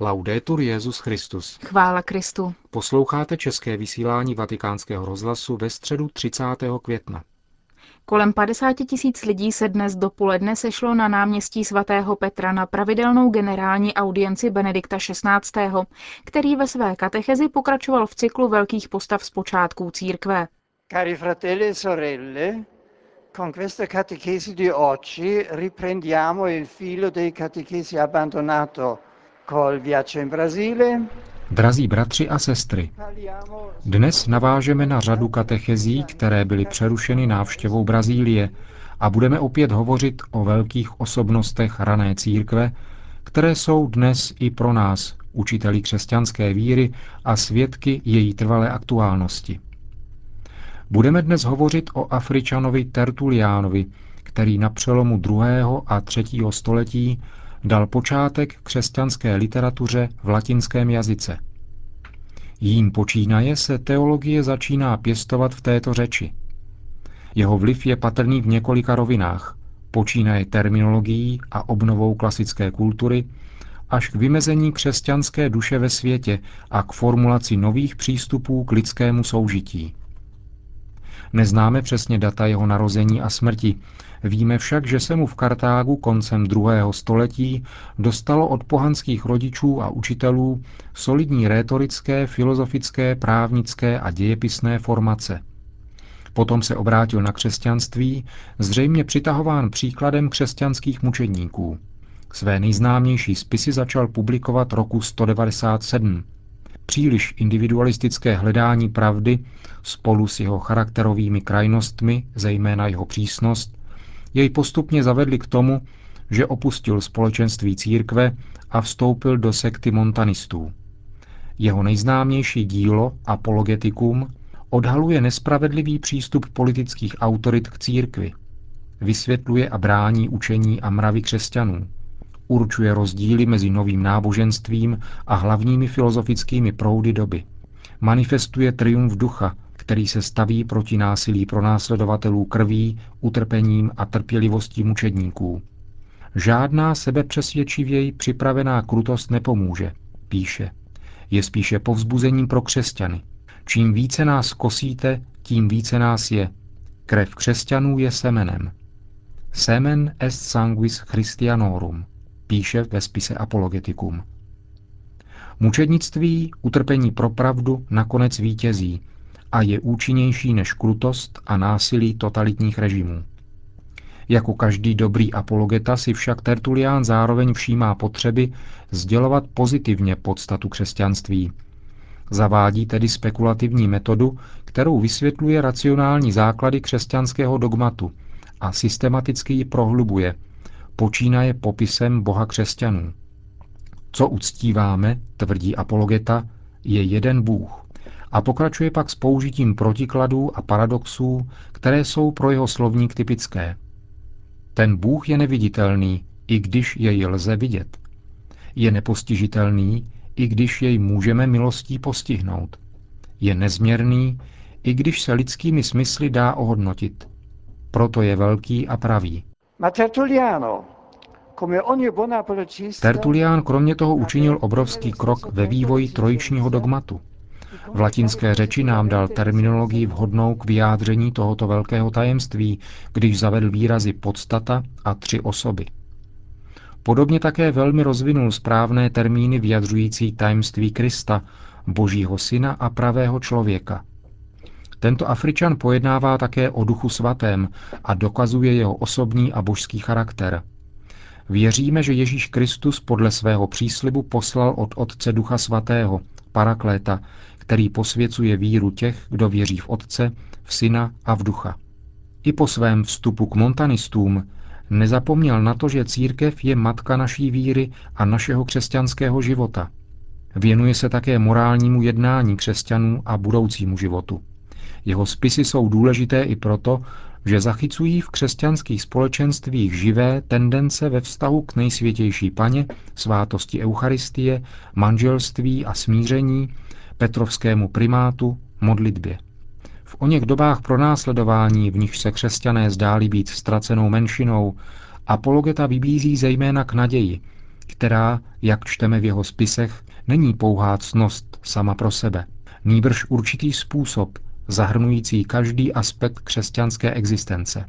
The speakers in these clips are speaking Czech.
Laudetur Jesus Christus. Chvála Kristu. Posloucháte české vysílání Vatikánského rozhlasu ve středu 30. května. Kolem 50 000 lidí se dnes dopoledne sešlo na náměstí svatého Petra na pravidelnou generální audienci Benedikta XVI., který ve své katechezi pokračoval v cyklu velkých postav z počátků církve. Cari fratelli e sorelle, con questa catechesi di oggi riprendiamo il filo dei catechesi abbandonato col viaggio in Brasile. Drazí bratři a sestry, dnes navážeme na řadu katechezí, které byly přerušeny návštěvou Brazílie a budeme opět hovořit o velkých osobnostech rané církve, které jsou dnes i pro nás, učiteli křesťanské víry a svědky její trvalé aktuálnosti. Budeme dnes hovořit o Afričanovi Tertuliánovi, který na přelomu 2. a 3. století dal počátek křesťanské literatuře v latinském jazyce. Jím počínaje se teologie začíná pěstovat v této řeči. Jeho vliv je patrný v několika rovinách, počínaje terminologií a obnovou klasické kultury, až k vymezení křesťanské duše ve světě a k formulaci nových přístupů k lidskému soužití. Neznáme přesně data jeho narození a smrti, víme však, že se mu v Kartágu koncem 2. století dostalo od pohanských rodičů a učitelů solidní rétorické, filozofické, právnické a dějepisné formace. Potom se obrátil na křesťanství, zřejmě přitahován příkladem křesťanských mučedníků. Své nejznámější spisy začal publikovat roku 197. Příliš individualistické hledání pravdy spolu s jeho charakterovými krajnostmi, zejména jeho přísnost, jej postupně zavedli k tomu, že opustil společenství církve a vstoupil do sekty montanistů. Jeho nejznámější dílo Apologetikum odhaluje nespravedlivý přístup politických autorit k církvi, vysvětluje a brání učení a mravy křesťanů, určuje rozdíly mezi novým náboženstvím a hlavními filozofickými proudy doby. Manifestuje triumf ducha, který se staví proti násilí pronásledovatelů krví, utrpením a trpělivostí mučedníků. Žádná sebepřesvědčivěji připravená krutost nepomůže, píše. Je spíše povzbuzením pro křesťany. Čím více nás kosíte, tím více nás je. Krev křesťanů je semenem. Semen est sanguis Christianorum, píše ve spise Apologetikum. Mučednictví, utrpení pro pravdu nakonec vítězí a je účinnější než krutost a násilí totalitních režimů. Jako každý dobrý apologeta si však Tertulián zároveň všímá potřeby sdělovat pozitivně podstatu křesťanství. Zavádí tedy spekulativní metodu, kterou vysvětluje racionální základy křesťanského dogmatu a systematicky ji prohlubuje, počínaje popisem Boha křesťanů. Co uctíváme, tvrdí apologeta, je jeden Bůh. A pokračuje pak s použitím protikladů a paradoxů, které jsou pro jeho slovník typické. Ten Bůh je neviditelný, i když jej lze vidět. Je nepostižitelný, i když jej můžeme milostí postihnout. Je nezměrný, i když se lidskými smysly dá ohodnotit. Proto je velký a pravý. Tertulián kromě toho učinil obrovský krok ve vývoji trojičního dogmatu. V latinské řeči nám dal terminologii vhodnou k vyjádření tohoto velkého tajemství, když zavedl výrazy podstata a 3 osoby. Podobně také velmi rozvinul správné termíny vyjadřující tajemství Krista, Božího syna a pravého člověka. Tento Afričan pojednává také o Duchu svatém a dokazuje jeho osobní a božský charakter. Věříme, že Ježíš Kristus podle svého příslibu poslal od Otce Ducha svatého, Parakléta, který posvěcuje víru těch, kdo věří v Otce, v Syna a v Ducha. I po svém vstupu k montanistům nezapomněl na to, že církev je matka naší víry a našeho křesťanského života. Věnuje se také morálnímu jednání křesťanů a budoucímu životu. Jeho spisy jsou důležité i proto, že zachycují v křesťanských společenstvích živé tendence ve vztahu k nejsvětější Paně, svátosti Eucharistie, manželství a smíření, petrovskému primátu, modlitbě. V oněch dobách pronásledování, v nichž se křesťané zdáli být ztracenou menšinou, apologeta vybízí zejména k naději, která, jak čteme v jeho spisech, není pouhá ctnost sama pro sebe, nýbrž určitý způsob, zahrnující každý aspekt křesťanské existence.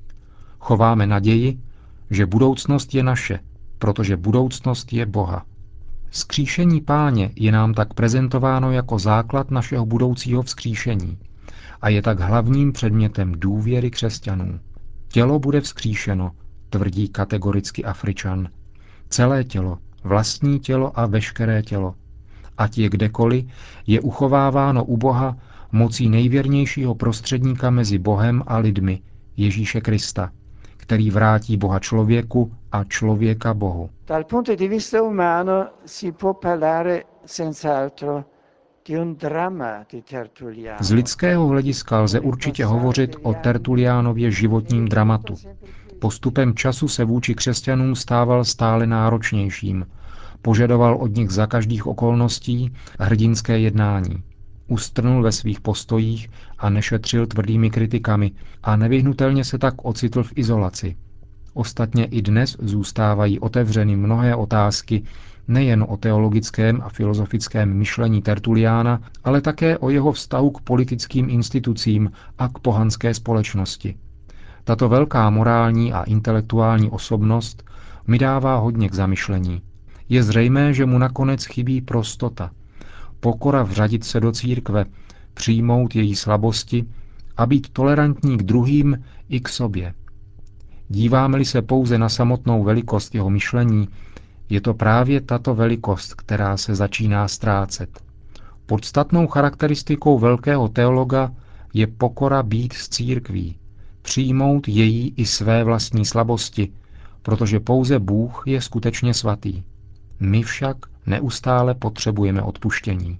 Chováme naději, že budoucnost je naše, protože budoucnost je Boha. Vzkříšení Páně je nám tak prezentováno jako základ našeho budoucího vzkříšení a je tak hlavním předmětem důvěry křesťanů. Tělo bude vzkříšeno, tvrdí kategoricky Afričan. Celé tělo, vlastní tělo a veškeré tělo. Ať je kdekoliv, je uchováváno u Boha mocí nejvěrnějšího prostředníka mezi Bohem a lidmi, Ježíše Krista, který vrátí Boha člověku a člověka Bohu. Dal punto di vista umano si può parlare senz'altro di un dramma di Tertulliano. Z lidského hlediska lze určitě hovořit o Tertuliánově životním dramatu. Postupem času se vůči křesťanům stával stále náročnějším. Požadoval od nich za každých okolností hrdinské jednání. Ustrnul ve svých postojích a nešetřil tvrdými kritikami a nevyhnutelně se tak ocitl v izolaci. Ostatně i dnes zůstávají otevřeny mnohé otázky nejen o teologickém a filozofickém myšlení Tertuliána, ale také o jeho vztahu k politickým institucím a k pohanské společnosti. Tato velká morální a intelektuální osobnost mi dává hodně k zamyšlení. Je zřejmé, že mu nakonec chybí prostota, pokora vřadit se do církve, přijmout její slabosti a být tolerantní k druhým i k sobě. Díváme-li se pouze na samotnou velikost jeho myšlení, je to právě tato velikost, která se začíná ztrácet. Podstatnou charakteristikou velkého teologa je pokora být s církví, přijmout její i své vlastní slabosti, protože pouze Bůh je skutečně svatý. My však neustále potřebujeme odpuštění.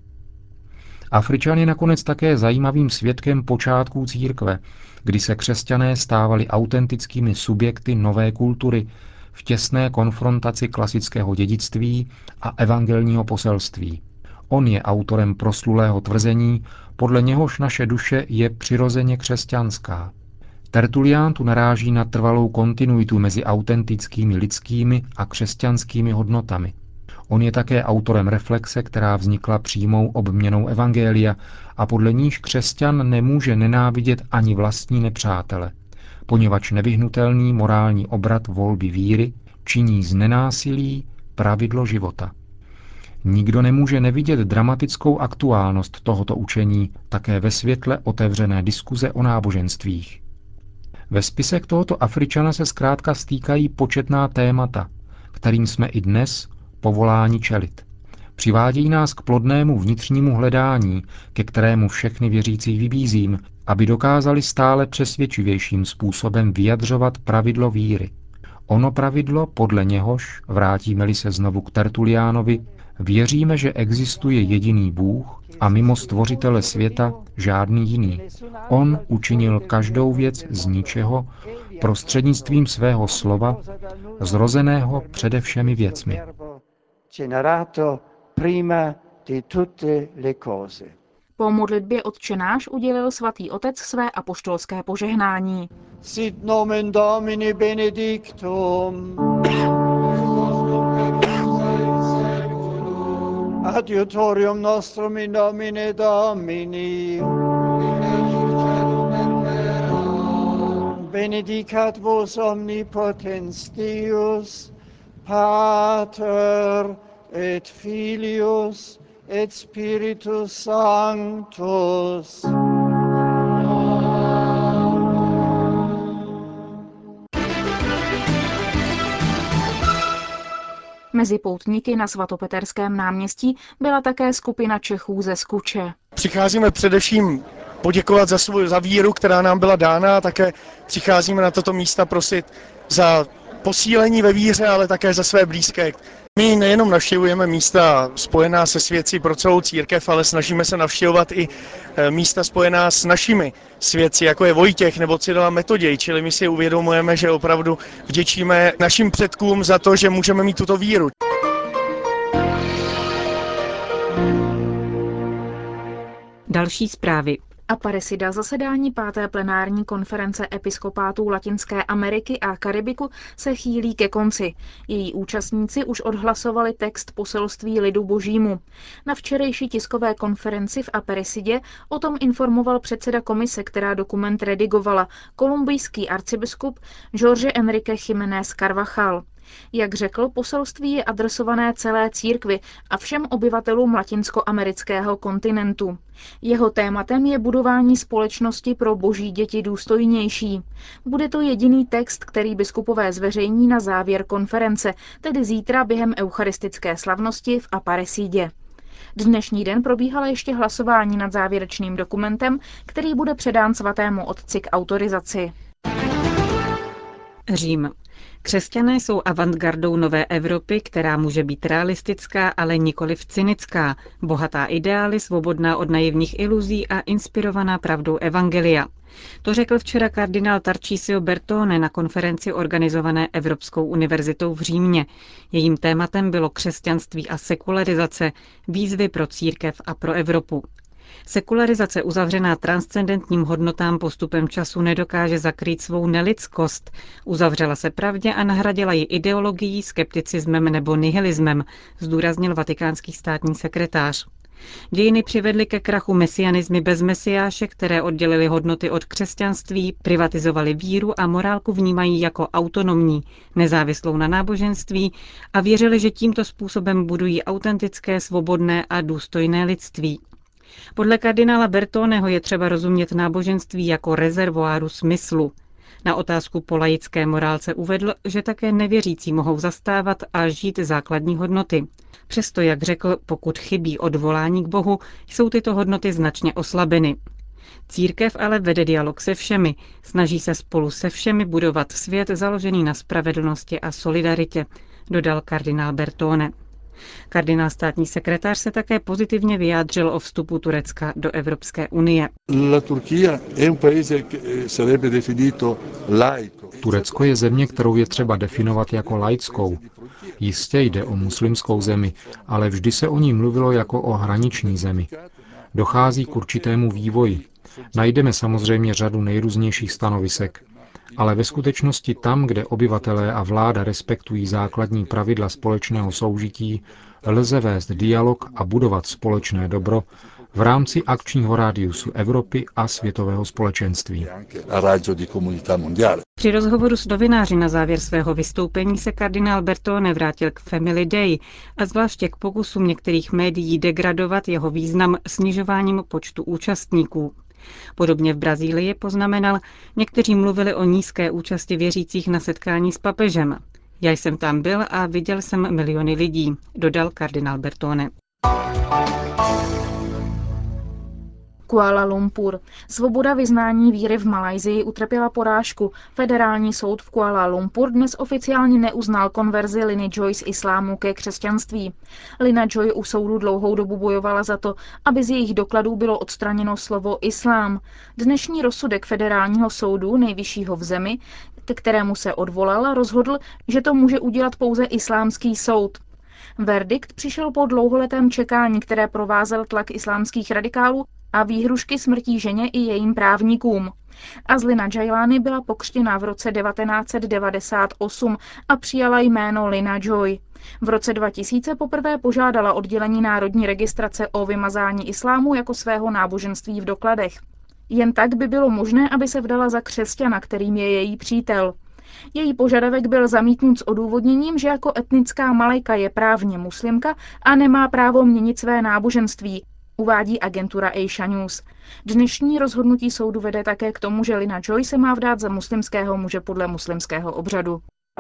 Afričan je nakonec také zajímavým svědkem počátků církve, kdy se křesťané stávali autentickými subjekty nové kultury v těsné konfrontaci klasického dědictví a evangelního poselství. On je autorem proslulého tvrzení, podle něhož naše duše je přirozeně křesťanská. Tertulián tu naráží na trvalou kontinuitu mezi autentickými lidskými a křesťanskými hodnotami. On je také autorem reflexe, která vznikla přímou obměnou evangelia a podle níž křesťan nemůže nenávidět ani vlastní nepřátele, poněvadž nevyhnutelný morální obrat volby víry činí z nenásilí pravidlo života. Nikdo nemůže nevidět dramatickou aktuálnost tohoto učení také ve světle otevřené diskuze o náboženstvích. Ve spisech tohoto Afričana se zkrátka stýkají početná témata, kterým jsme i dnes povoláni čelit. Přivádějí nás k plodnému vnitřnímu hledání, ke kterému všechny věřící vybízím, aby dokázali stále přesvědčivějším způsobem vyjadřovat pravidlo víry. Ono pravidlo, podle něhož, vrátíme-li se znovu k Tertuliánovi, věříme, že existuje jediný Bůh a mimo stvořitele světa žádný jiný. On učinil každou věc z ničeho prostřednictvím svého slova, zrozeného přede všemi věcmi. Po modlitbě Otčenáš udělil svatý otec své apoštolské požehnání. Sit nomen Domini benedictum. Adiutorium nostrum in nomine Domini. Benedicat vos omnipotens Deus, Pater et Filius et Spiritus Sanctus. Mezi poutníky na svatopeterském náměstí byla také skupina Čechů ze Skuče. Přicházíme především poděkovat za víru, která nám byla dána, a také přicházíme na tato místa prosit za posílení ve víře, ale také za své blízké. My nejenom navštěvujeme místa spojená se svědci pro celou církev, ale snažíme se navštěvovat i místa spojená s našimi svědci, jako je Vojtěch nebo Cyril a Metoděj, čili my si uvědomujeme, že opravdu vděčíme našim předkům za to, že můžeme mít tuto víru. Další zprávy. Aparecida zasedání 5. plenární konference episkopátů Latinské Ameriky a Karibiku se chýlí ke konci. Její účastníci už odhlasovali text poselství lidu božímu. Na včerejší tiskové konferenci v Aparecidě o tom informoval předseda komise, která dokument redigovala, kolumbijský arcibiskup Jorge Enrique Jiménez Carvajal. Jak řekl, poselství je adresované celé církvi a všem obyvatelům latinskoamerického kontinentu. Jeho tématem je budování společnosti pro boží děti důstojnější. Bude to jediný text, který biskupové zveřejní na závěr konference, tedy zítra během eucharistické slavnosti v Aparecidě. Dnešní den probíhala ještě hlasování nad závěrečným dokumentem, který bude předán svatému otci k autorizaci. Řím. Křesťané jsou avantgardou nové Evropy, která může být realistická, ale nikoliv cynická, bohatá ideály, svobodná od naivních iluzí a inspirovaná pravdou evangelia. To řekl včera kardinál Tarcísio Bertone na konferenci organizované Evropskou univerzitou v Římě. Jejím tématem bylo křesťanství a sekularizace, výzvy pro církev a pro Evropu. Sekularizace uzavřená transcendentním hodnotám postupem času nedokáže zakrýt svou nelidskost. Uzavřela se pravdě a nahradila ji ideologií, skepticismem nebo nihilismem, zdůraznil vatikánský státní sekretář. Dějiny přivedly ke krachu mesianismy bez mesiáše, které oddělily hodnoty od křesťanství, privatizovali víru a morálku vnímají jako autonomní, nezávislou na náboženství a věřili, že tímto způsobem budují autentické, svobodné a důstojné lidství. Podle kardinála Bertoneho je třeba rozumět náboženství jako rezervoáru smyslu. Na otázku po laické morálce uvedl, že také nevěřící mohou zastávat a žít základní hodnoty. Přesto, jak řekl, pokud chybí odvolání k Bohu, jsou tyto hodnoty značně oslabeny. Církev ale vede dialog se všemi, snaží se spolu se všemi budovat svět založený na spravedlnosti a solidaritě, dodal kardinál Bertone. Kardinál státní sekretář se také pozitivně vyjádřil o vstupu Turecka do Evropské unie. Turecko je země, kterou je třeba definovat jako laickou. Jistě jde o muslimskou zemi, ale vždy se o ní mluvilo jako o hraniční zemi. Dochází k určitému vývoji. Najdeme samozřejmě řadu nejrůznějších stanovisek. Ale ve skutečnosti tam, kde obyvatelé a vláda respektují základní pravidla společného soužití, lze vést dialog a budovat společné dobro v rámci akčního rádiusu Evropy a světového společenství. Při rozhovoru s novináři na závěr svého vystoupení se kardinál Bertone vrátil k Family Day a zvláště k pokusům některých médií degradovat jeho význam snižováním počtu účastníků. Podobně v Brazílii, poznamenal, někteří mluvili o nízké účasti věřících na setkání s papežem. Já jsem tam byl a viděl jsem miliony lidí, dodal kardinál Bertone. Kuala Lumpur. Svoboda vyznání víry v Malajsii utrpěla porážku. Federální soud v Kuala Lumpur dnes oficiálně neuznal konverzi Liny Joy z islámu ke křesťanství. Lina Joy u soudu dlouhou dobu bojovala za to, aby z jejich dokladů bylo odstraněno slovo islám. Dnešní rozsudek federálního soudu, nejvyššího v zemi, ke kterému se odvolala, rozhodl, že to může udělat pouze islámský soud. Verdikt přišel po dlouholetém čekání, které provázel tlak islámských radikálů a výhrušky smrtí ženě i jejím právníkům. Azlina Jailani byla pokřtěna v roce 1998 a přijala jméno Lina Joy. V roce 2000 poprvé požádala oddělení národní registrace o vymazání islámu jako svého náboženství v dokladech. Jen tak by bylo možné, aby se vdala za křesťana, kterým je její přítel. Její požadavek byl zamítnut s odůvodněním, že jako etnická Malajka je právně muslimka a nemá právo měnit své náboženství, uvádí agentura Asia News. Dnešní rozhodnutí soudu vede také k tomu, že Lina Joy se má vdát za muslimského muže podle muslimského obřadu.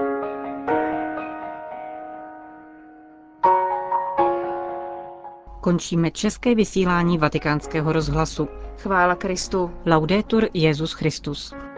Končíme české vysílání Vatikánského rozhlasu. Chvála Kristu. Laudetur Jesus Christus.